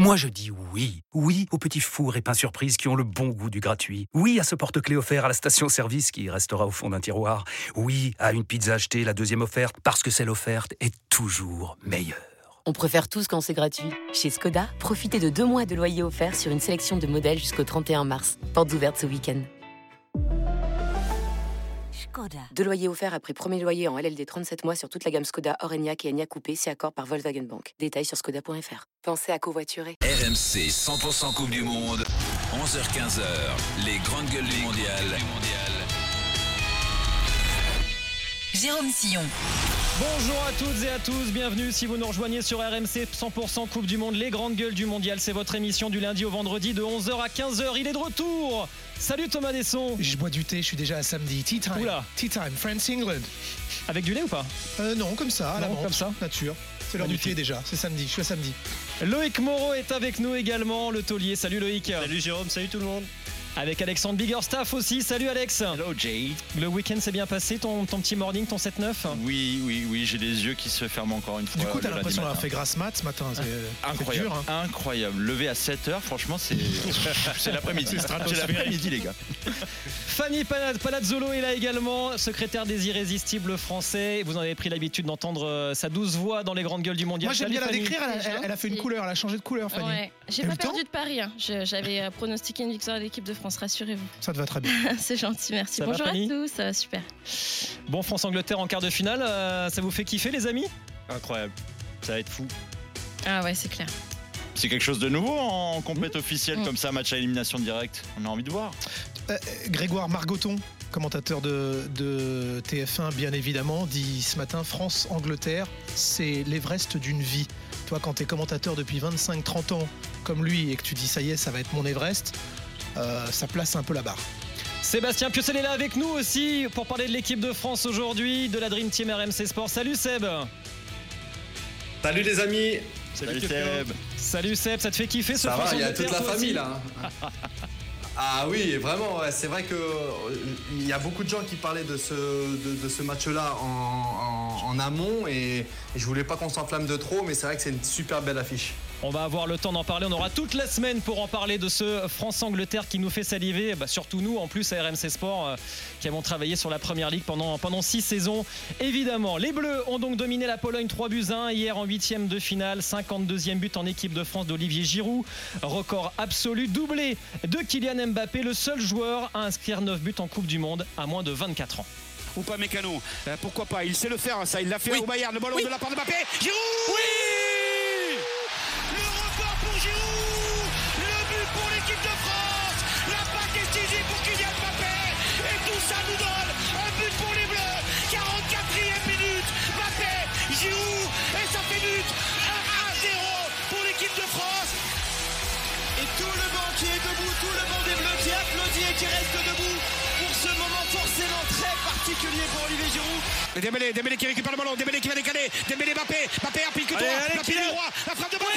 Moi je dis oui. Oui aux petits fours et pains surprises qui ont le bon goût du gratuit. Oui à ce porte-clés offert à la station-service qui restera au fond d'un tiroir. Oui à une pizza achetée, la deuxième offerte, parce que celle offerte est toujours meilleure. On préfère tous quand c'est gratuit. Chez Skoda, profitez de 2 mois de loyer offert sur une sélection de modèles jusqu'au 31 mars. Portes ouvertes ce week-end. 2 loyers offerts après premier loyer en LLD 37 mois sur toute la gamme Skoda, Orenia et Enya Coupé, si accord par Volkswagen Bank. Détails sur skoda.fr. Pensez à covoiturer. RMC 100% Coupe du Monde, 11h-15h, les grandes gueules du mondial. Jérôme Sillon. Bonjour à toutes et à tous, bienvenue si vous nous rejoignez sur RMC 100% Coupe du Monde, les grandes gueules du mondial. C'est votre émission du lundi au vendredi de 11h à 15h. Il est de retour. Salut Thomas Desson. Je bois du thé, je suis déjà à samedi. Tea time. Oula. Tea time, France England. Avec du lait ou pas? Non, comme ça, à la menthe, comme ça. nature. C'est l'heure du thé déjà, c'est samedi, je suis à samedi. Loïc Moreau est avec nous également, le taulier. Salut Loïc. Salut Jérôme, salut tout le monde. Avec Alexandre Biggerstaff aussi. Salut Alex. Hello Jade. Le week-end s'est bien passé, ton petit morning, ton 7-9? Oui, j'ai les yeux qui se ferment encore une fois. Du coup, t'as l'impression d'avoir fait grasse mat ce matin. C'est incroyable, dur, hein. Incroyable. Levé à 7h, franchement, c'est l'après-midi. C'est l'après-midi, les gars. Fanny Palazzolo est là également, secrétaire des Irrésistibles français. Vous en avez pris l'habitude d'entendre sa douce voix dans les grandes gueules du mondial. Moi, j'aime bien la Fanny. décrire. Elle a fait une couleur, elle a changé de couleur, Fanny. Ouais. J'ai pas perdu de pari. Hein. J'avais pronostiqué une victoire de l'équipe de France, rassurez-vous. Ça te va très bien. C'est gentil, merci. Ça Bonjour va, à Fanny? tous, ça va super. Bon, France-Angleterre en quart de finale, ça vous fait kiffer les amis? Incroyable. Ça va être fou. Ah ouais, c'est clair. C'est quelque chose de nouveau en compète officielle comme ça, match à élimination directe. On a envie de voir. Grégoire Margoton, commentateur de TF1 bien évidemment, dit ce matin France-Angleterre, c'est l'Everest d'une vie. Toi, quand t'es commentateur depuis 25-30 ans comme lui et que tu dis ça y est, ça va être mon Everest, ça place un peu la barre. Sébastien Piocel est là avec nous aussi pour parler de l'équipe de France aujourd'hui, de la Dream Team RMC Sport. Salut Seb. Salut les amis. Salut Seb. Salut Seb, ça te fait kiffer ce Ça va, il y a France-Angleterre, toute la toi famille aussi là. Ah oui, vraiment, ouais, c'est vrai que il y a beaucoup de gens qui parlaient de ce match-là en amont et je voulais pas qu'on s'enflamme de trop, mais c'est vrai que c'est une super belle affiche. On va avoir le temps d'en parler, on aura toute la semaine pour en parler de ce France-Angleterre qui nous fait saliver, surtout nous en plus à RMC Sport qui avons travaillé sur la Première Ligue pendant 6 saisons. Évidemment, les Bleus ont donc dominé la Pologne 3-1 hier en 8e de finale, 52e but en équipe de France d'Olivier Giroud, record absolu, doublé de Kylian Mbappé, le seul joueur à inscrire 9 buts en Coupe du Monde à moins de 24 ans. Ou pas Mécano, pourquoi pas, il sait le faire ça, il l'a fait au Bayern, le ballon de la part de Mbappé, Giroud. Oui, le record pour Giroud, le but pour l'équipe de France, la passe décisive pour Kylian Mbappé, et tout ça nous donne un but pour les Bleus, 44e minute, Mbappé, Giroud, et ça fait but, 1-0 pour l'équipe de France. Et tout le banc qui est debout, tout le banc des Bleus qui applaudit et qui reste debout pour ce moment forcément très particulier pour Olivier Giroud. Et Dembélé qui récupère le ballon, Dembélé qui va décaler, Dembélé Mbappé a pile que toi, la pile est droit, la frappe de Mbappé.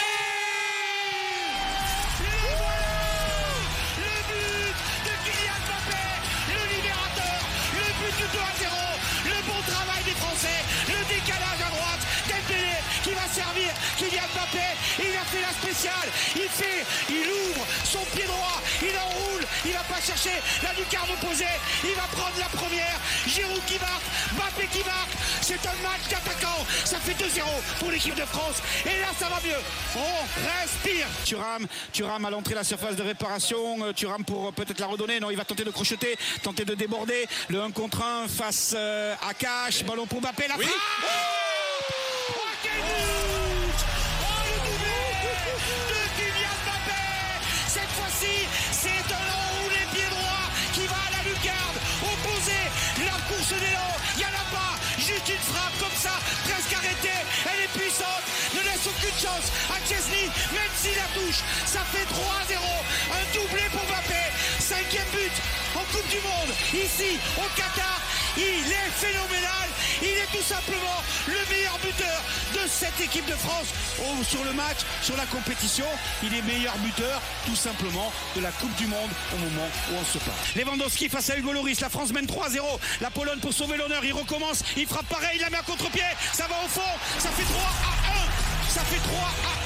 Le but de Kylian Mbappé, le libérateur, le but du 2-0, le bon travail des Français, le décalage à droite, Dembélé qui va servir Kylian Mbappé, il a fait la spéciale, il ouvre son pied droit, il enroule, il va pas chercher la lucarne opposée, il va prendre la première, Giroud qui marque, Mbappé qui marque, c'est un match d'attaquants, ça fait 2-0 pour l'équipe de France, et là ça va mieux, on respire. Thuram à l'entrée de la surface de réparation, Thuram pour peut-être la redonner, non il va tenter de crocheter, tenter de déborder, le 1 contre 1 face à Cash, ballon pour Mbappé, la frappe. Oh quel but! Oh le doublé de Kylian Mbappé! Cette fois-ci, c'est un enroulé pied droit qui va à la lucarne, opposer la course d'élan, il n'y en a pas, juste une frappe comme ça, presque arrêtée, elle est puissante, ne laisse aucune chance à Chesney, même s'il la touche, ça fait 3-0, un doublé pour Mbappé, 5e but en Coupe du Monde, ici au Qatar, il est phénoménal, il est tout simplement le meilleur buteur de cette équipe de France. Oh, sur le match, sur la compétition, il est meilleur buteur tout simplement de la Coupe du Monde au moment où on se parle. Lewandowski face à Hugo Lloris, la France mène 3-0, la Pologne pour sauver l'honneur, il recommence, il frappe pareil, il la met à contre-pied, ça va au fond, ça fait 3-1, ça fait 3-1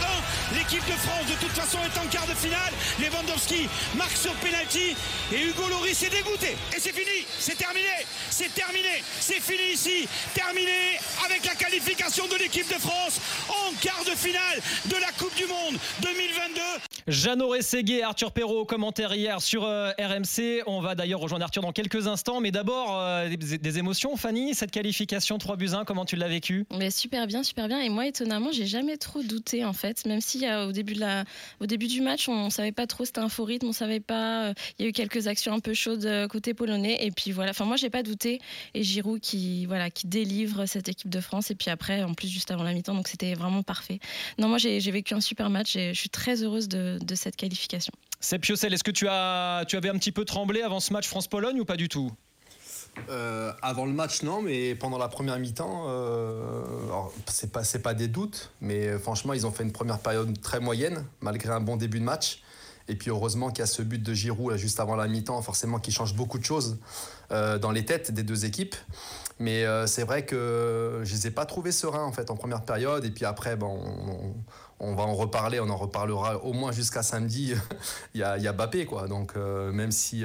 L'équipe de France de toute façon est en quart de finale. Lewandowski marque sur penalty et Hugo Lloris est dégoûté. Et c'est fini, c'est terminé, c'est fini ici. Terminé avec la qualification de l'équipe de France en quart de finale de la Coupe du Monde 2022. Jeannot Rességuier et Arthur Perrault, commentaire hier sur RMC. On va d'ailleurs rejoindre Arthur dans quelques instants. Mais d'abord, des émotions, Fanny, cette qualification 3-1, comment tu l'as vécu ? Mais super bien. Et moi, étonnamment, j'ai jamais trop douté en fait. Même si au début du match, on savait pas trop, c'était un faux rythme, on savait pas. Il y a eu quelques actions un peu chaudes côté polonais. Et puis voilà. Enfin, moi, j'ai pas douté. Et Giroud qui délivre cette équipe de France. Et puis après, en plus, juste avant la mi-temps, donc c'était vraiment parfait. Non, moi, j'ai vécu un super match. Je suis très heureuse de cette qualification. Seb Piocel, est-ce que tu avais un petit peu tremblé avant ce match France-Pologne ou pas du tout ? Avant le match, non, mais pendant la première mi-temps, alors, c'est pas des doutes, mais franchement, ils ont fait une première période très moyenne, malgré un bon début de match. Et puis heureusement qu'il y a ce but de Giroud là, juste avant la mi-temps, forcément qui change beaucoup de choses dans les têtes des deux équipes. Mais c'est vrai que je les ai pas trouvés sereins en fait en première période. Et puis après, on va en reparler, on en reparlera au moins jusqu'à samedi. Il y a Mbappé quoi. Donc même si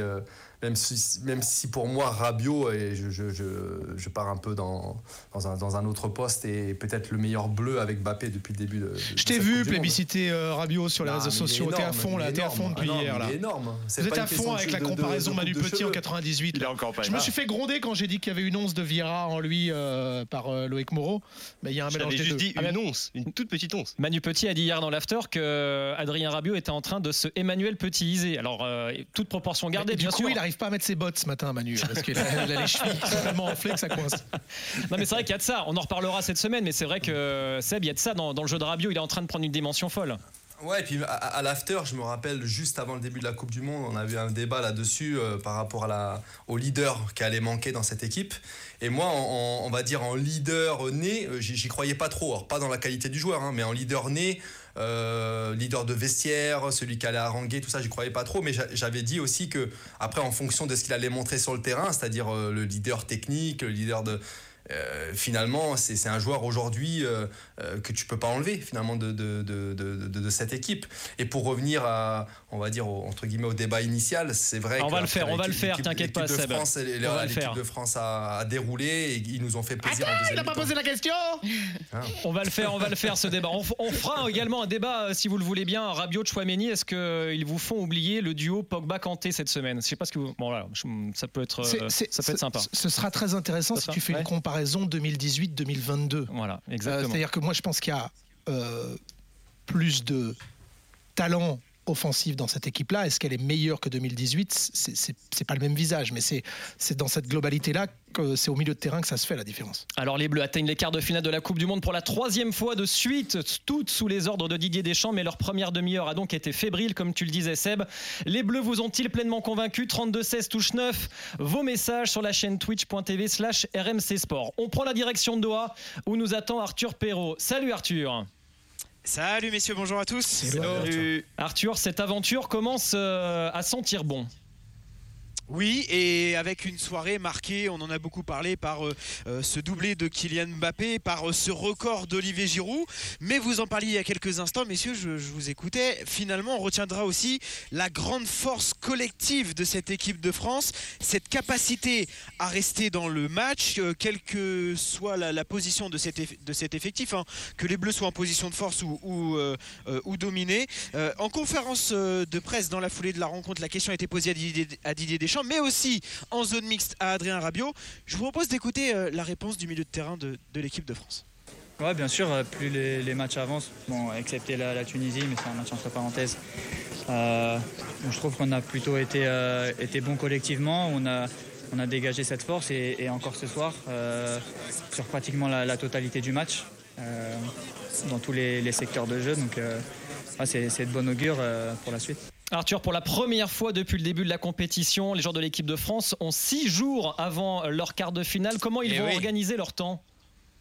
pour moi Rabiot, et je pars un peu dans un autre poste et peut-être le meilleur bleu avec Mbappé depuis le début de je t'ai vu plébisciter Rabiot sur les réseaux sociaux. T'es à fond là, t'es à fond depuis hier là. Il est énorme. Vous êtes à fond avec la comparaison Manu Petit en 98. Je me suis fait gronder quand j'ai dit qu'il y avait une once de Vieira en lui par Loïc Moreau. Mais il y a un mélange des deux. Dit une once, une toute petite once. Manu Petit a dit hier dans l'after que Adrien Rabiot était en train de se Emmanuel Petit-iser. Alors toute proportion gardée, bien sûr. Du coup, il n'arrive pas à mettre ses bottes ce matin, Manu, parce qu'il a les chevilles tellement enflées que ça coince. Non, mais c'est vrai qu'il y a de ça. On en reparlera cette semaine, mais c'est vrai que Seb, il y a de ça dans le jeu de Rabiot. Il est en train de prendre une dimension folle. Ouais, et puis à l'after, je me rappelle juste avant le début de la Coupe du Monde, on a eu un débat là-dessus par rapport au leader qui allait manquer dans cette équipe. Et moi, on va dire en leader né, j'y croyais pas trop. Alors, pas dans la qualité du joueur, hein, mais en leader né, leader de vestiaire, celui qui allait haranguer, tout ça, j'y croyais pas trop. Mais j'avais dit aussi que après, en fonction de ce qu'il allait montrer sur le terrain, c'est-à-dire le leader technique, le leader de... finalement, c'est un joueur aujourd'hui que tu peux pas enlever finalement de cette équipe. Et pour revenir à, on va dire entre guillemets au débat initial, c'est vrai on va le faire, t'inquiète pas, Seb. L'équipe de France a déroulé et ils nous ont fait plaisir. Attends, il n'a pas posé la question. On va le faire ce débat. On fera également un débat si vous le voulez bien. Rabiot, Tchouaméni, est-ce qu'ils vous font oublier le duo Pogba-Kanté cette semaine ? Je sais pas ce que vous... Bon voilà, ça peut être sympa. Ce sera très intéressant si tu fais une comparaison 2018-2022. Voilà, exactement. C'est-à-dire que moi, je pense qu'il y a plus de talent offensif dans cette équipe-là. Est-ce qu'elle est meilleure que 2018 ? C'est pas le même visage, mais c'est dans cette globalité-là que c'est au milieu de terrain que ça se fait la différence. Alors les Bleus atteignent les quarts de finale de la Coupe du Monde pour la 3e fois de suite, toutes sous les ordres de Didier Deschamps, mais leur première demi-heure a donc été fébrile, comme tu le disais Seb. Les Bleus vous ont-ils pleinement convaincu ? 32-16 touche 9. Vos messages sur la chaîne twitch.tv/RMC Sport. On prend la direction de Doha où nous attend Arthur Perrault. Salut Arthur. Salut messieurs, bonjour à tous. Salut. Arthur, cette aventure commence à sentir bon. Oui, et avec une soirée marquée, on en a beaucoup parlé, par ce doublé de Kylian Mbappé, par ce record d'Olivier Giroud. Mais vous en parliez il y a quelques instants, messieurs, je vous écoutais. Finalement, on retiendra aussi la grande force collective de cette équipe de France, cette capacité à rester dans le match, quelle que soit la position de cet effectif, hein, que les Bleus soient en position de force ou dominés. En conférence de presse dans la foulée de la rencontre, la question a été posée à Didier Deschamps, mais aussi en zone mixte à Adrien Rabiot. Je vous propose d'écouter la réponse du milieu de terrain de l'équipe de France. Ouais, bien sûr, plus les matchs avancent, bon, excepté la Tunisie, mais c'est un match entre parenthèses. Je trouve qu'on a plutôt été bon collectivement, on a dégagé cette force et encore ce soir, sur pratiquement la totalité du match, dans tous les secteurs de jeu. Donc c'est de bon augure pour la suite. Arthur, pour la première fois depuis le début de la compétition, les joueurs de l'équipe de France ont 6 jours avant leur quart de finale. Comment ils vont organiser leur temps ?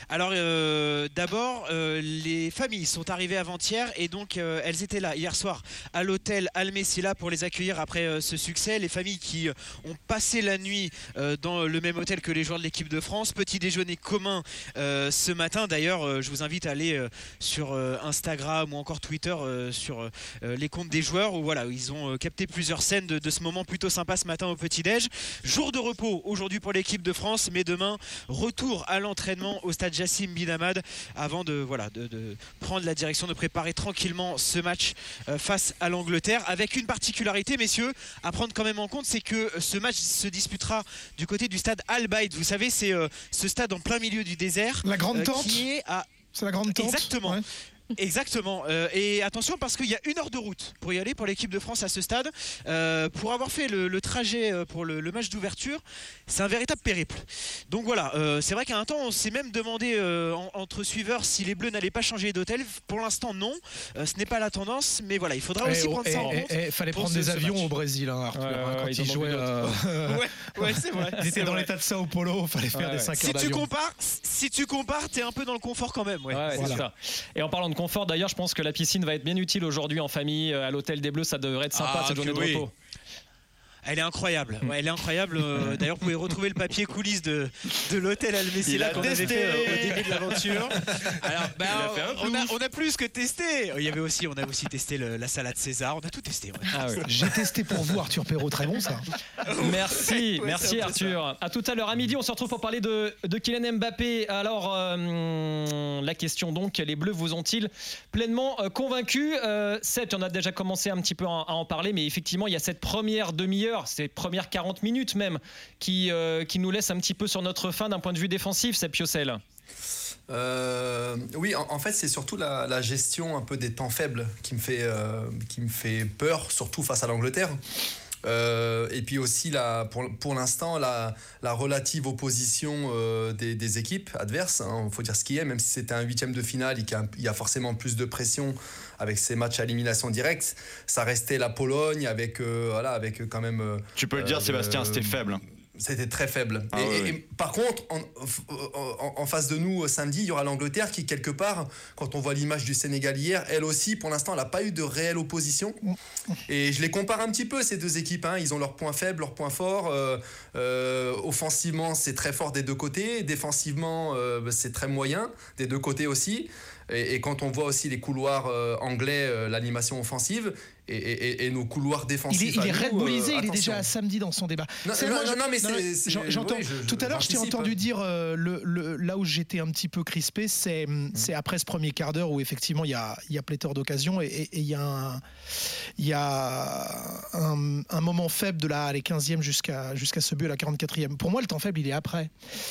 Alors d'abord, les familles sont arrivées avant-hier et donc elles étaient là hier soir à l'hôtel Al Messila pour les accueillir après ce succès. Les familles qui ont passé la nuit dans le même hôtel que les joueurs de l'équipe de France. Petit déjeuner commun ce matin. D'ailleurs, je vous invite à aller sur Instagram ou encore Twitter sur les comptes des joueurs où voilà, ils ont capté plusieurs scènes de ce moment plutôt sympa ce matin au petit-déj. Jour de repos aujourd'hui pour l'équipe de France, mais demain, retour à l'entraînement au stade Jassim Bin Hamad avant de prendre la direction, de préparer tranquillement ce match face à l'Angleterre, avec une particularité, messieurs, à prendre quand même en compte, c'est que ce match se disputera du côté du stade Al Bayt. Vous savez, c'est ce stade en plein milieu du désert. La grande tente qui est à... C'est la grande tente. Exactement. Ouais. Exactement, et attention parce qu'il y a 1 heure de route pour y aller pour l'équipe de France à ce stade. Pour avoir fait le trajet pour le match d'ouverture, c'est un véritable périple. Donc voilà, c'est vrai qu'à un temps on s'est même demandé entre suiveurs si les Bleus n'allaient pas changer d'hôtel. Pour l'instant non, ce n'est pas la tendance, mais voilà, il faudra aussi prendre ça en compte. Il fallait prendre des avions au Brésil, hein, Arthur, quand ils jouaient. Ouais, c'est vrai. Ils étaient dans l'état de Sao Paulo, il fallait faire des 5 heures d'avion. Si tu compares, t'es un peu dans le confort quand même. Ouais, c'est ça. Et en parlant de confort, d'ailleurs, je pense que la piscine va être bien utile aujourd'hui en famille à l'hôtel des Bleus. Ça devrait être sympa cette journée de repos. Elle est incroyable. Ouais, elle est incroyable. D'ailleurs, vous pouvez retrouver le papier coulisses de l'hôtel Al Messila qu'on avait fait au début de l'aventure. Alors, on a plus que testé. On a aussi testé la salade César. On a tout testé. Ouais. Ah oui. J'ai testé pour vous, Arthur Perrault. Très bon ça. Merci Arthur. À tout à l'heure à midi. On se retrouve pour parler de Kylian Mbappé. Alors, la question donc, les Bleus vous ont-ils pleinement convaincus? Seb, on a déjà commencé un petit peu à en parler, mais effectivement, il y a cette première demi-heure, ces premières 40 minutes même, qui nous laissent un petit peu sur notre faim d'un point de vue défensif, Seb Piocel. Oui, en fait, c'est surtout la gestion un peu des temps faibles qui me fait peur, surtout face à l'Angleterre. Et puis aussi pour l'instant la relative opposition des équipes adverses, hein, faut dire ce qui est, même si c'était un 8e de finale et qu'il y a forcément plus de pression avec ces matchs à élimination directe, ça restait la Pologne avec quand même tu peux le dire Sébastien, c'était faible. C'était très faible. Et par contre, en face de nous, samedi, il y aura l'Angleterre qui, quelque part, quand on voit l'image du Sénégal hier, elle aussi, pour l'instant, elle n'a pas eu de réelle opposition. Et je les compare un petit peu, ces deux équipes. Hein. Ils ont leurs points faibles, leurs points forts. Offensivement, c'est très fort des deux côtés. Défensivement, c'est très moyen des deux côtés aussi. Et quand on voit aussi les couloirs anglais, l'animation offensive et nos couloirs défensifs. Il est Red Bullisé, il est déjà samedi dans son débat. J'entends. Tout à l'heure, je t'ai entendu dire là où j'étais un petit peu crispé, c'est après ce premier quart d'heure où effectivement il y a pléthore d'occasions et il y a un moment faible de les 15e jusqu'à ce but à la 44e. Pour moi, le temps faible, il est après.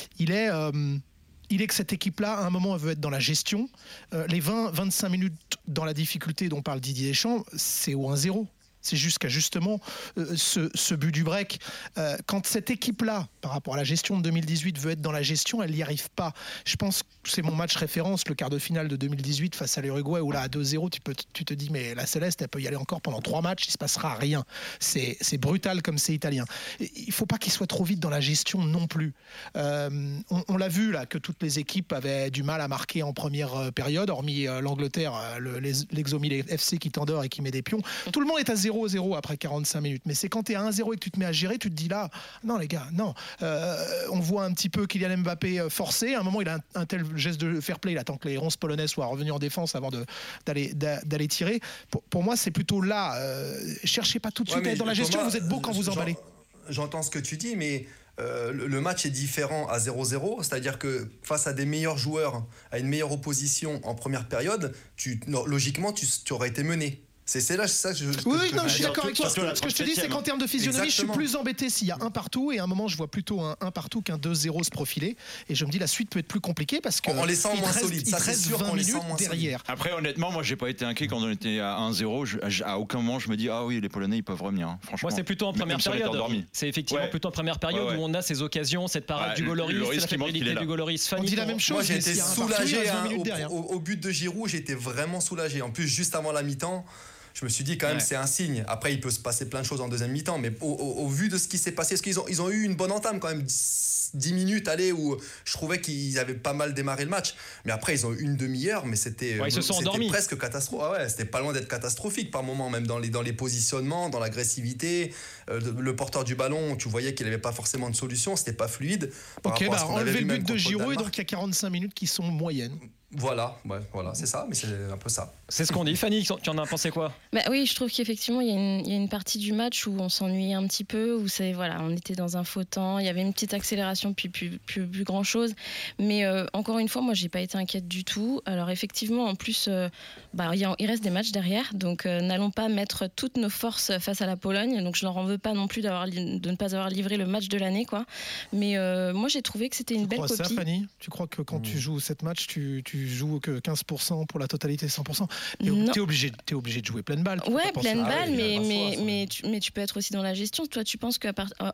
Il est que cette équipe-là, à un moment, elle veut être dans la gestion. Les 20-25 minutes dans la difficulté dont parle Didier Deschamps, c'est au 1-0. C'est jusqu'à justement ce but du break. Quand cette équipe-là, par rapport à la gestion de 2018, veut être dans la gestion, elle n'y arrive pas. Je pense que c'est mon match référence, le quart de finale de 2018 face à l'Uruguay, où là, à 2-0, tu te dis, mais la Céleste, elle peut y aller encore pendant 3 matchs, il ne se passera rien. C'est brutal comme c'est italien. Il ne faut pas qu'il soit trop vite dans la gestion non plus. On l'a vu, là, que toutes les équipes avaient du mal à marquer en première période, hormis l'Angleterre, l'Exomil FC qui t'endort et qui met des pions. Tout le monde est à 0-0 après 45 minutes. Mais c'est quand tu es à 1-0 et que tu te mets à gérer, tu te dis là, non les gars, non. On voit un petit peu Kylian Mbappé forcé. À un moment, il a un tel geste de fair play. Il attend que les 11 Polonais soient revenus en défense avant d'aller tirer. Pour moi, c'est plutôt là. Cherchez pas tout de suite à être dans la gestion. Vous êtes beau quand vous emballez. J'entends ce que tu dis, mais le match est différent à 0-0, c'est-à-dire que face à des meilleurs joueurs, à une meilleure opposition en première période, logiquement, tu aurais été mené. C'est là ça je suis d'accord avec toi. Ce que je te dis, c'est qu'en termes de physionomie, je suis plus embêté s'il y a un partout, et à un moment je vois plutôt un partout qu'un 2-0 se profiler, et je me dis la suite peut être plus compliquée parce que en laissant moins solide, ça c'est sûr qu'on laisse moins derrière. Après honnêtement, moi j'ai pas été inquiet quand on était à 1-0, à aucun moment je me dis ah oui, les Polonais ils peuvent revenir, hein. Franchement. Moi c'est plutôt en première période. C'est effectivement plutôt en première période où on a ces occasions, cette parade du Goloris, la fébrilité du Goloris. On dit la même chose. Moi j'ai été soulagé au but de Giroud, j'étais vraiment soulagé. En plus juste avant la mi-temps, je me suis dit quand même c'est un signe. Après il peut se passer plein de choses en deuxième mi-temps, mais au vu de ce qui s'est passé, parce qu'ils ont eu une bonne entame quand même, 10 minutes où je trouvais qu'ils avaient pas mal démarré le match, mais après ils ont eu une demi-heure, mais c'était presque catastrophique. C'était pas loin d'être catastrophique par moment, même dans les positionnements, dans l'agressivité, le porteur du ballon, tu voyais qu'il avait pas forcément de solution, c'était pas fluide. Enlever le but de Giroud et donc il y a 45 minutes qui sont moyennes. Voilà, c'est ça, mais c'est un peu ça. C'est ce qu'on dit. Fanny, tu en as pensé quoi ? Oui, je trouve qu'effectivement, il y a une partie du match où on s'ennuyait un petit peu, où on était dans un faux temps, il y avait une petite accélération, puis plus grand-chose. Mais encore une fois, moi, j'ai pas été inquiète du tout. Alors effectivement, en plus, il reste des matchs derrière, donc n'allons pas mettre toutes nos forces face à la Pologne. Donc je leur en veux pas non plus de ne pas avoir livré le match de l'année, quoi. Mais moi, j'ai trouvé que c'était une belle copie. Tu crois ça, Fanny ? Tu crois que quand tu joues cette match, tu joues que 15% pour la totalité, 100%. T'es obligé de jouer pleine balle. Ouais, pleine balle, mais tu peux être aussi dans la gestion. Toi, tu penses qu'au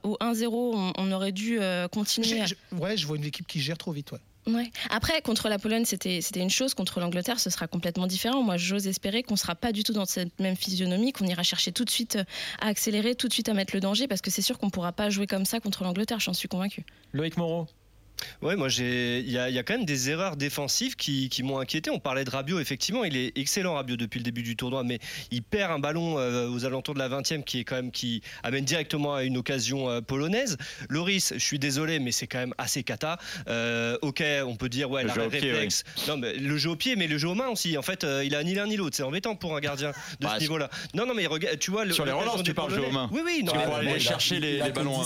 1-0, on aurait dû continuer je vois une équipe qui gère trop vite, Ouais. Après, contre la Pologne, c'était une chose. Contre l'Angleterre, ce sera complètement différent. Moi, j'ose espérer qu'on ne sera pas du tout dans cette même physionomie, qu'on ira chercher tout de suite à accélérer, tout de suite à mettre le danger, parce que c'est sûr qu'on ne pourra pas jouer comme ça contre l'Angleterre, j'en suis convaincu. Loïc Moreau. Ouais, moi il y a quand même des erreurs défensives qui m'ont inquiété. On parlait de Rabiot, effectivement, il est excellent Rabiot depuis le début du tournoi, mais il perd un ballon aux alentours de la 20e qui amène directement à une occasion polonaise. Loris, je suis désolé, mais c'est quand même assez cata. Ok, on peut dire la réflexe. Non, mais le jeu au pied, mais le jeu aux mains aussi. En fait, il a ni l'un ni l'autre. C'est embêtant pour un gardien de ce niveau-là. Non, mais regarde, tu vois sur les relances, tu parles jeu aux mains. Oui, non. Pour aller chercher les ballons.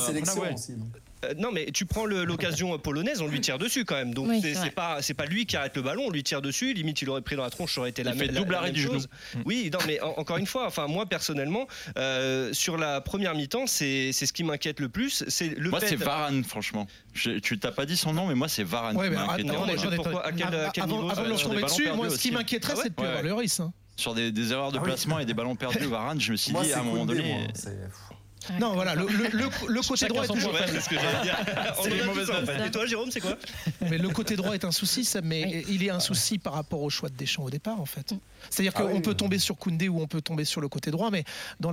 Non, mais tu prends l'occasion polonaise, on lui tire dessus quand même. Donc c'est pas lui qui arrête le ballon, on lui tire dessus. Limite, il aurait pris dans la tronche, ça aurait été la même double arrêt du genou. Oui, non, mais encore une fois, moi personnellement, sur la première mi-temps, c'est ce qui m'inquiète le plus. Moi, c'est Varane, franchement. Tu t'as pas dit son nom, mais moi, c'est Varane. Ouais, mais pourquoi, à quel niveau avant de leur tomber dessus, moi, ce qui m'inquiéterait, c'est de plus avoir le risque. Sur des erreurs de placement et des ballons perdus, Varane, je me suis dit à un moment donné. Non, voilà, le côté droit est toujours. C'est ce que j'allais dire. C'est les mauvaises notes. Et toi, Jérôme, c'est quoi ? Mais le côté droit est un souci, mais il est un souci par rapport au choix de Deschamps au départ, en fait. C'est-à-dire qu'on peut tomber sur Koundé ou on peut tomber sur le côté droit, mais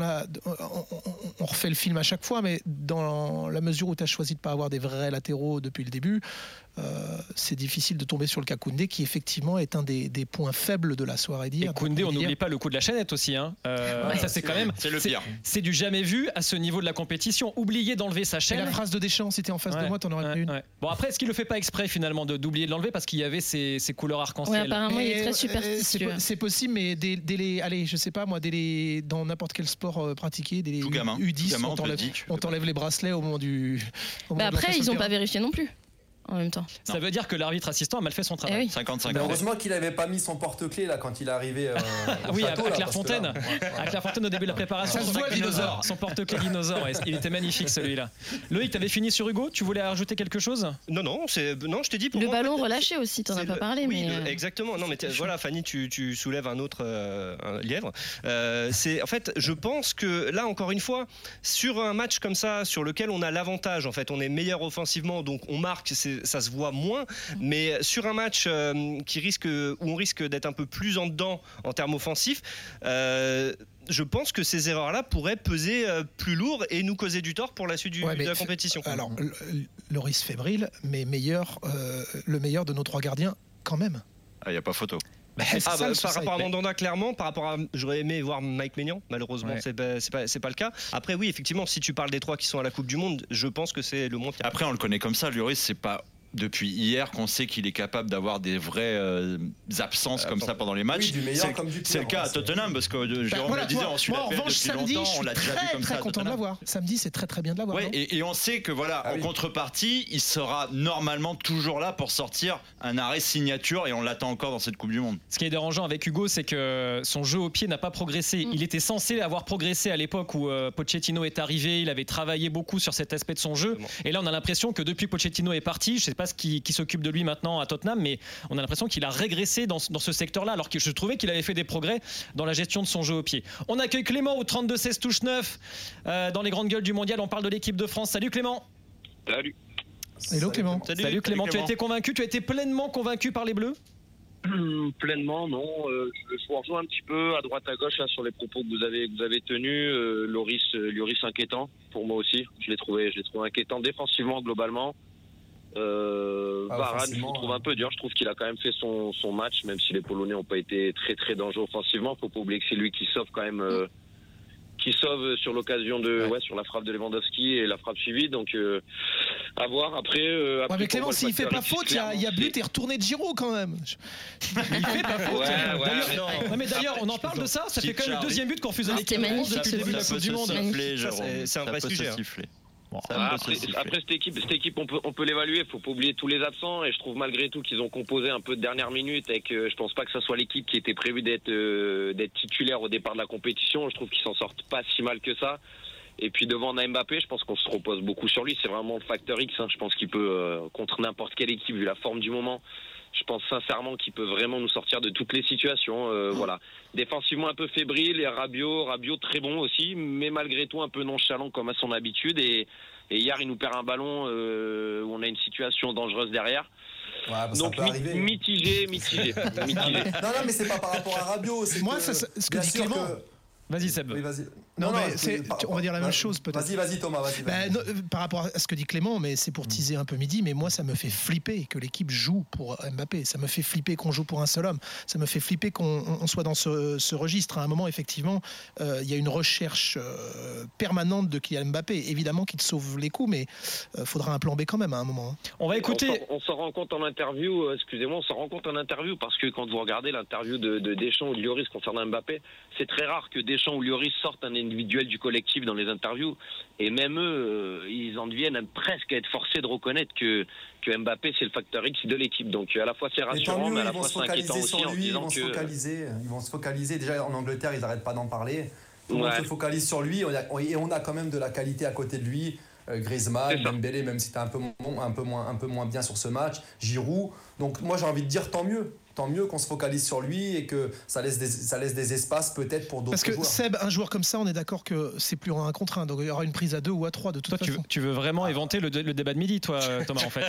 on refait le film à chaque fois, mais dans la mesure où tu as choisi de ne pas avoir des vrais latéraux depuis le début, c'est difficile de tomber sur le cas Koundé, qui effectivement est un des points faibles de la soirée d'hier. Et Koundé, on n'oublie pas le coup de la chaînette aussi. Ça, c'est quand même. C'est le pire. C'est du jamais vu à ce niveau de la compétition. Oublier d'enlever sa chaîne. Et la phrase de Deschamps, si t'es en face de moi, t'en aurais plus une. Ouais. Bon, après, est-ce qu'il le fait pas exprès finalement d'oublier de l'enlever parce qu'il y avait ces couleurs arc-en-ciel? Apparemment, il est très superstitieux. C'est possible, mais allez, je sais pas moi, dans n'importe quel sport pratiqué, dès les U10, on t'enlève les bracelets au moment du. Après, ils n'ont pas vérifié non plus. En même temps. Ça veut dire que l'arbitre assistant a mal fait son travail. 55. Heureusement qu'il n'avait pas mis son porte-clés là quand il est arrivé au château, à Clairefontaine. À Clairefontaine au début de la préparation. Ça se voit le dinosaure. Son porte-clés dinosaure. Il était magnifique celui-là. Loïc, t'avais fini sur Hugo. Tu voulais rajouter quelque chose ? Non, je t'ai dit. Le ballon relâché aussi. T'en as pas parlé, mais exactement. Non, mais voilà, Fanny, tu soulèves un autre lièvre. C'est en fait, je pense que là encore une fois, sur un match comme ça, sur lequel on a l'avantage, en fait, on est meilleur offensivement, donc on marque. Ça se voit moins, mais sur un match où on risque d'être un peu plus en dedans en termes offensifs, je pense que ces erreurs-là pourraient peser plus lourd et nous causer du tort pour la suite de la compétition. Alors, Loris fébrile, mais le meilleur de nos trois gardiens quand même. Il n'y a pas photo. Par rapport à Mandanda, clairement, j'aurais aimé voir Mike Maignan, malheureusement c'est pas le cas. Après oui, effectivement, si tu parles des trois qui sont à la Coupe du Monde, je pense que c'est le moins pire. Après on le connaît comme ça, Lloris, c'est pas depuis hier qu'on sait qu'il est capable d'avoir des vraies absences comme ça pendant les matchs. Oui, c'est le cas à Tottenham, parce que Jérôme le disait, on suit la période depuis longtemps, on l'a déjà vu comme ça. Très content de l'avoir. Samedi, c'est très très bien de l'avoir. Ouais, et on sait que en contrepartie, il sera normalement toujours là pour sortir un arrêt signature, et on l'attend encore dans cette Coupe du Monde. Ce qui est dérangeant avec Hugo, c'est que son jeu au pied n'a pas progressé. Il était censé avoir progressé à l'époque où Pochettino est arrivé. Il avait travaillé beaucoup sur cet aspect de son jeu. Et là, on a l'impression que depuis que Pochettino est parti, je sais pas qui s'occupe de lui maintenant à Tottenham, mais on a l'impression qu'il a régressé dans ce secteur-là, alors que je trouvais qu'il avait fait des progrès dans la gestion de son jeu au pied. On accueille Clément au 32-16 touche 9 dans les grandes gueules du mondial. On parle de l'équipe de France. Salut Clément. Salut. Hello Clément. Salut Clément. Tu as été convaincu, tu as été pleinement convaincu par les Bleus ? Pleinement, non. Je vous rejoins un petit peu à droite à gauche là, sur les propos que vous avez tenus. Lloris inquiétant pour moi aussi. Je l'ai trouvé inquiétant défensivement globalement. Varane, je le trouve un peu dur. Je trouve qu'il a quand même fait son match, même si les Polonais n'ont pas été très très dangereux offensivement. Faut pas oublier que c'est lui qui sauve quand même. Qui sauve sur l'occasion sur la frappe de Lewandowski et la frappe suivie, donc à voir après. Mais Clément, s'il fait pas faute, il y a but et retourné de Giroud quand même. Il fait pas faute. Mais d'ailleurs, on en parle de ça. Ça fait quand même le deuxième but qu'on refuse à l'équipe depuis le début de la Coupe du Monde. C'est un vrai sujet. Bon, après cette équipe on peut l'évaluer, faut pas oublier tous les absents et je trouve malgré tout qu'ils ont composé un peu de dernière minute et que je pense pas que ça soit l'équipe qui était prévue d'être titulaire au départ de la compétition. Je trouve qu'ils s'en sortent pas si mal que ça. Et puis devant on a Mbappé, je pense qu'on se repose beaucoup sur lui, c'est vraiment le facteur X, je pense qu'il peut contre n'importe quelle équipe vu la forme du moment. Je pense sincèrement qu'il peut vraiment nous sortir de toutes les situations. Voilà. Défensivement un peu fébrile et Rabiot très bon aussi, mais malgré tout un peu nonchalant comme à son habitude. Et hier il nous perd un ballon où on a une situation dangereuse derrière. Donc mitigé. Non mais c'est pas par rapport à Rabiot. Moi ce que dit Clément. Vas-y Seb. Oui, vas-y. Non, on va dire la même chose peut-être. Vas-y Thomas, vas-y. Par rapport à ce que dit Clément, mais c'est pour teaser un peu midi, mais moi ça me fait flipper que l'équipe joue pour Mbappé, ça me fait flipper qu'on joue pour un seul homme, ça me fait flipper qu'on soit dans ce registre. À un moment effectivement, il y a une recherche permanente de Kylian Mbappé, évidemment qui te sauve les coups, mais faudra un plan B quand même à un moment. On va écouter. On s'en rend compte en interview, parce que quand vous regardez l'interview de Deschamps ou de Lloris concernant Mbappé, c'est très rare que Deschamps ou Lloris sortent un individuel du collectif dans les interviews et même eux ils en deviennent presque à être forcés de reconnaître que Mbappé c'est le facteur X de l'équipe, donc à la fois c'est rassurant mais à la fois c'est inquiétant aussi en disant que ils vont se focaliser déjà en Angleterre, ils n'arrêtent pas d'en parler, tout le monde se focalise sur lui et on a quand même de la qualité à côté de lui. Griezmann, Dembélé, même si c'était un peu moins bien sur ce match, Giroud, donc moi j'ai envie de dire tant mieux qu'on se focalise sur lui et que ça laisse des espaces peut-être pour d'autres joueurs. Parce que Seb, un joueur comme ça, on est d'accord que c'est plus un contre 1, donc il y aura une prise à 2 ou à 3 de toute façon. Tu veux vraiment éventer le débat de midi, toi, Thomas, en fait.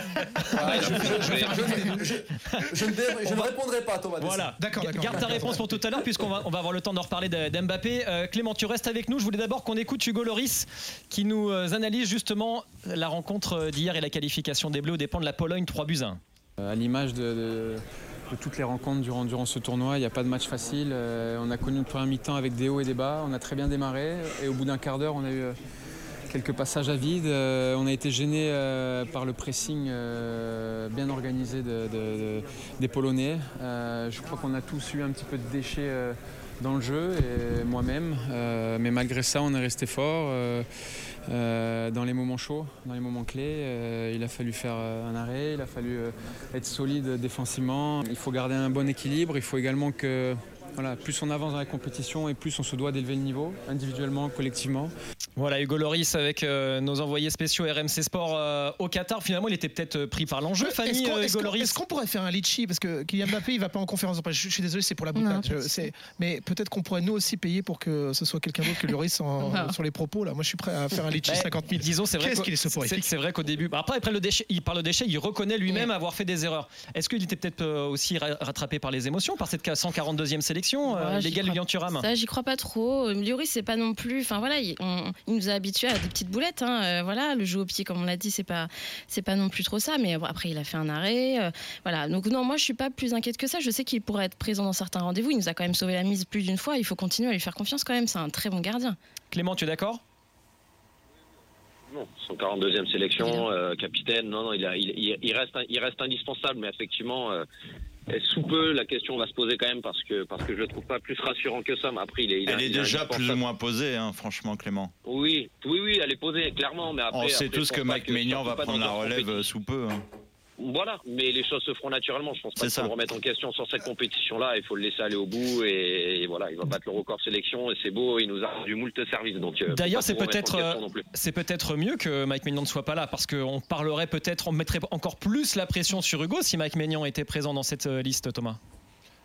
Je ne répondrai pas, Thomas. Voilà, d'accord. Garde ta réponse pour tout à l'heure, puisqu'on va avoir le temps d'en reparler d'Mbappé. Clément, tu restes avec nous. Je voulais d'abord qu'on écoute Hugo Lloris, qui nous analyse justement la rencontre d'hier et la qualification des Bleus aux dépens de la Pologne, 3-1. À l'image de toutes les rencontres durant ce tournoi, il n'y a pas de match facile. On a connu une première mi-temps avec des hauts et des bas. On a très bien démarré et au bout d'un quart d'heure, on a eu quelques passages à vide. On a été gêné par le pressing bien organisé des Polonais. Je crois qu'on a tous eu un petit peu de déchets dans le jeu et moi-même. Mais malgré ça, on est resté fort. Dans les moments chauds, dans les moments clés, il a fallu faire un arrêt, il a fallu être solide défensivement. Il faut garder un bon équilibre, il faut également que plus on avance dans la compétition et plus on se doit d'élever le niveau, individuellement, collectivement. Voilà, Hugo Lloris avec nos envoyés spéciaux RMC Sport au Qatar. Finalement, il était peut-être pris par l'enjeu, Fanny. Est-ce qu'on pourrait faire un litchi? Parce que Kylian Mbappé, il va pas en conférence de presse. Je suis désolé, c'est pour la boutade. Mais peut-être qu'on pourrait nous aussi payer pour que ce soit quelqu'un d'autre que Lloris sur les propos. Là, moi, je suis prêt à faire un litchi 50 000. Disons, c'est vrai qu'au début, après le déchet, il parle de déchet, il reconnaît lui-même avoir fait des erreurs. Est-ce qu'il était peut-être aussi rattrapé par les émotions, par cette 142e sélection? Légal Lilian Thuram. Ça, j'y crois pas trop. Lloris, c'est pas non plus. Enfin voilà, il nous a habitués à des petites boulettes. Voilà, le jeu au pied, comme on l'a dit, c'est pas non plus trop ça. Mais après, il a fait un arrêt. Voilà. Donc non, moi, je suis pas plus inquiète que ça. Je sais qu'il pourrait être présent dans certains rendez-vous. Il nous a quand même sauvé la mise plus d'une fois. Il faut continuer à lui faire confiance quand même. C'est un très bon gardien. Clément, tu es d'accord? Non, son 42e sélection, capitaine. Non, il reste indispensable, mais effectivement. Sous peu, la question va se poser quand même parce que je le trouve pas plus rassurant que ça. Mais après, elle est déjà plus ou moins posée, franchement, Clément. Oui, elle est posée clairement. Mais après, on sait tous que Mike Maignan va prendre la relève sous peu. Voilà, mais les choses se feront naturellement. Je pense pas qu'il faut le remettre en question sur cette compétition-là. Il faut le laisser aller au bout et voilà, il va battre le record sélection et c'est beau. Il nous a rendu moult services. Donc d'ailleurs, c'est peut-être mieux que Mike Maignan ne soit pas là parce qu'on on mettrait encore plus la pression sur Hugo si Mike Maignan était présent dans cette liste, Thomas.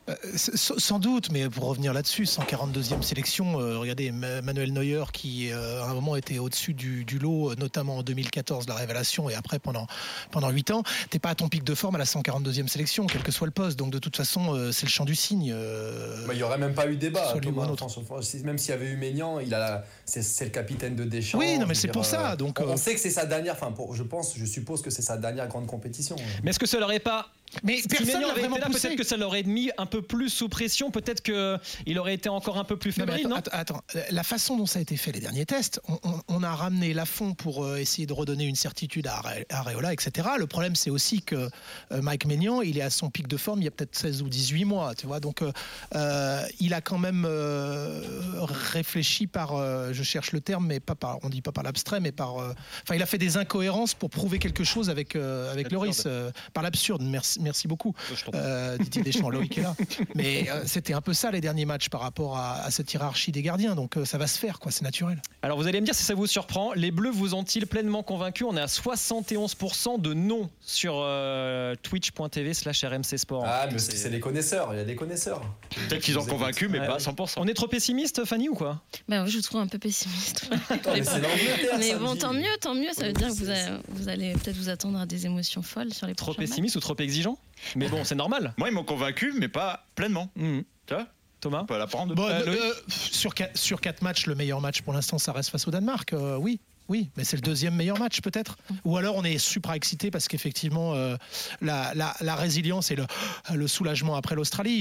Sans doute, mais pour revenir là-dessus, 142e sélection, regardez Manuel Neuer qui à un moment était au-dessus du lot, notamment en 2014, la révélation, et après pendant 8 ans, t'es pas à ton pic de forme à la 142e sélection, quel que soit le poste, donc de toute façon c'est le champ du signe. Il n'y aurait même pas eu débat, même s'il y avait eu Maignan, c'est le capitaine de Deschamps. Oui, non, mais c'est pour ça. Donc, on sait que c'est sa dernière, je suppose que c'est sa dernière grande compétition. Mais est-ce que ça l'aurait pas... Mais si personne Maignan l'a avait vraiment été là, poussé. peut-être que ça l'aurait mis un peu plus sous pression, peut-être qu'il aurait été encore un peu plus fébrile, non? Attends, la façon dont ça a été fait les derniers tests, on a ramené Lafont pour essayer de redonner une certitude à Areola, etc. Le problème, c'est aussi que Mike Maignan, il est à son pic de forme il y a peut-être 16 ou 18 mois, tu vois, donc il a quand même réfléchi par, je cherche le terme, mais on dit pas par l'abstrait, mais il a fait des incohérences pour prouver quelque chose avec Lloris, par l'absurde. Merci beaucoup. Didier Deschamps, Loïc est là. Mais c'était un peu ça les derniers matchs par rapport à cette hiérarchie des gardiens. Donc ça va se faire, quoi. C'est naturel. Alors vous allez me dire si ça vous surprend. Les Bleus vous ont-ils pleinement convaincu? On est à 71% de non sur twitch.tv/RMC Sport. Ah, mais c'est les connaisseurs. Il y a des connaisseurs. Peut-être qu'ils ont convaincu, mais pas à 100%. On est trop pessimiste, Fanny, ou quoi? Bah, je vous trouve un peu pessimiste. Mais c'est l'Angleterre. Mais bon, tant mieux. Ça veut dire que vous allez peut-être vous attendre à des émotions folles sur les prochains matchs. Trop pessimiste ou trop exigeant? Mais bon, c'est normal. Moi, ils m'ont convaincu, mais pas pleinement. Tu vois, Thomas, on peut l'apprendre. Sur 4 matchs, le meilleur match pour l'instant, ça reste face au Danemark. Oui, mais c'est le deuxième meilleur match peut-être. Ou alors on est supra excité parce qu'effectivement la résilience et le soulagement après l'Australie,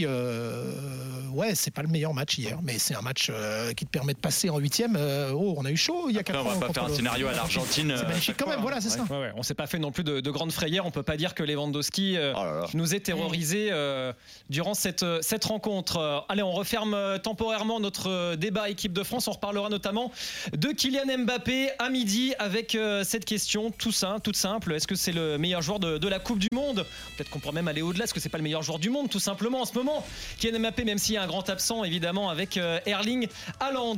c'est pas le meilleur match hier, mais c'est un match qui te permet de passer en 8e. On a eu chaud il y a 4 ans. On va pas faire un scénario à l'Argentine. C'est magnifique quand même, voilà, c'est ça. Ouais, on s'est pas fait non plus de grandes frayères. On peut pas dire que Lewandowski nous ait terrorisés durant cette rencontre. Allez, on referme temporairement notre débat équipe de France. On reparlera notamment de Kylian Mbappé à midi avec cette question toute simple. Est-ce que c'est le meilleur joueur de la Coupe du Monde? Peut-être qu'on pourrait même aller au-delà. Est-ce que c'est pas le meilleur joueur du monde tout simplement en ce moment? Kylian Mbappé, même s'il y a un grand absent évidemment avec Erling Haaland.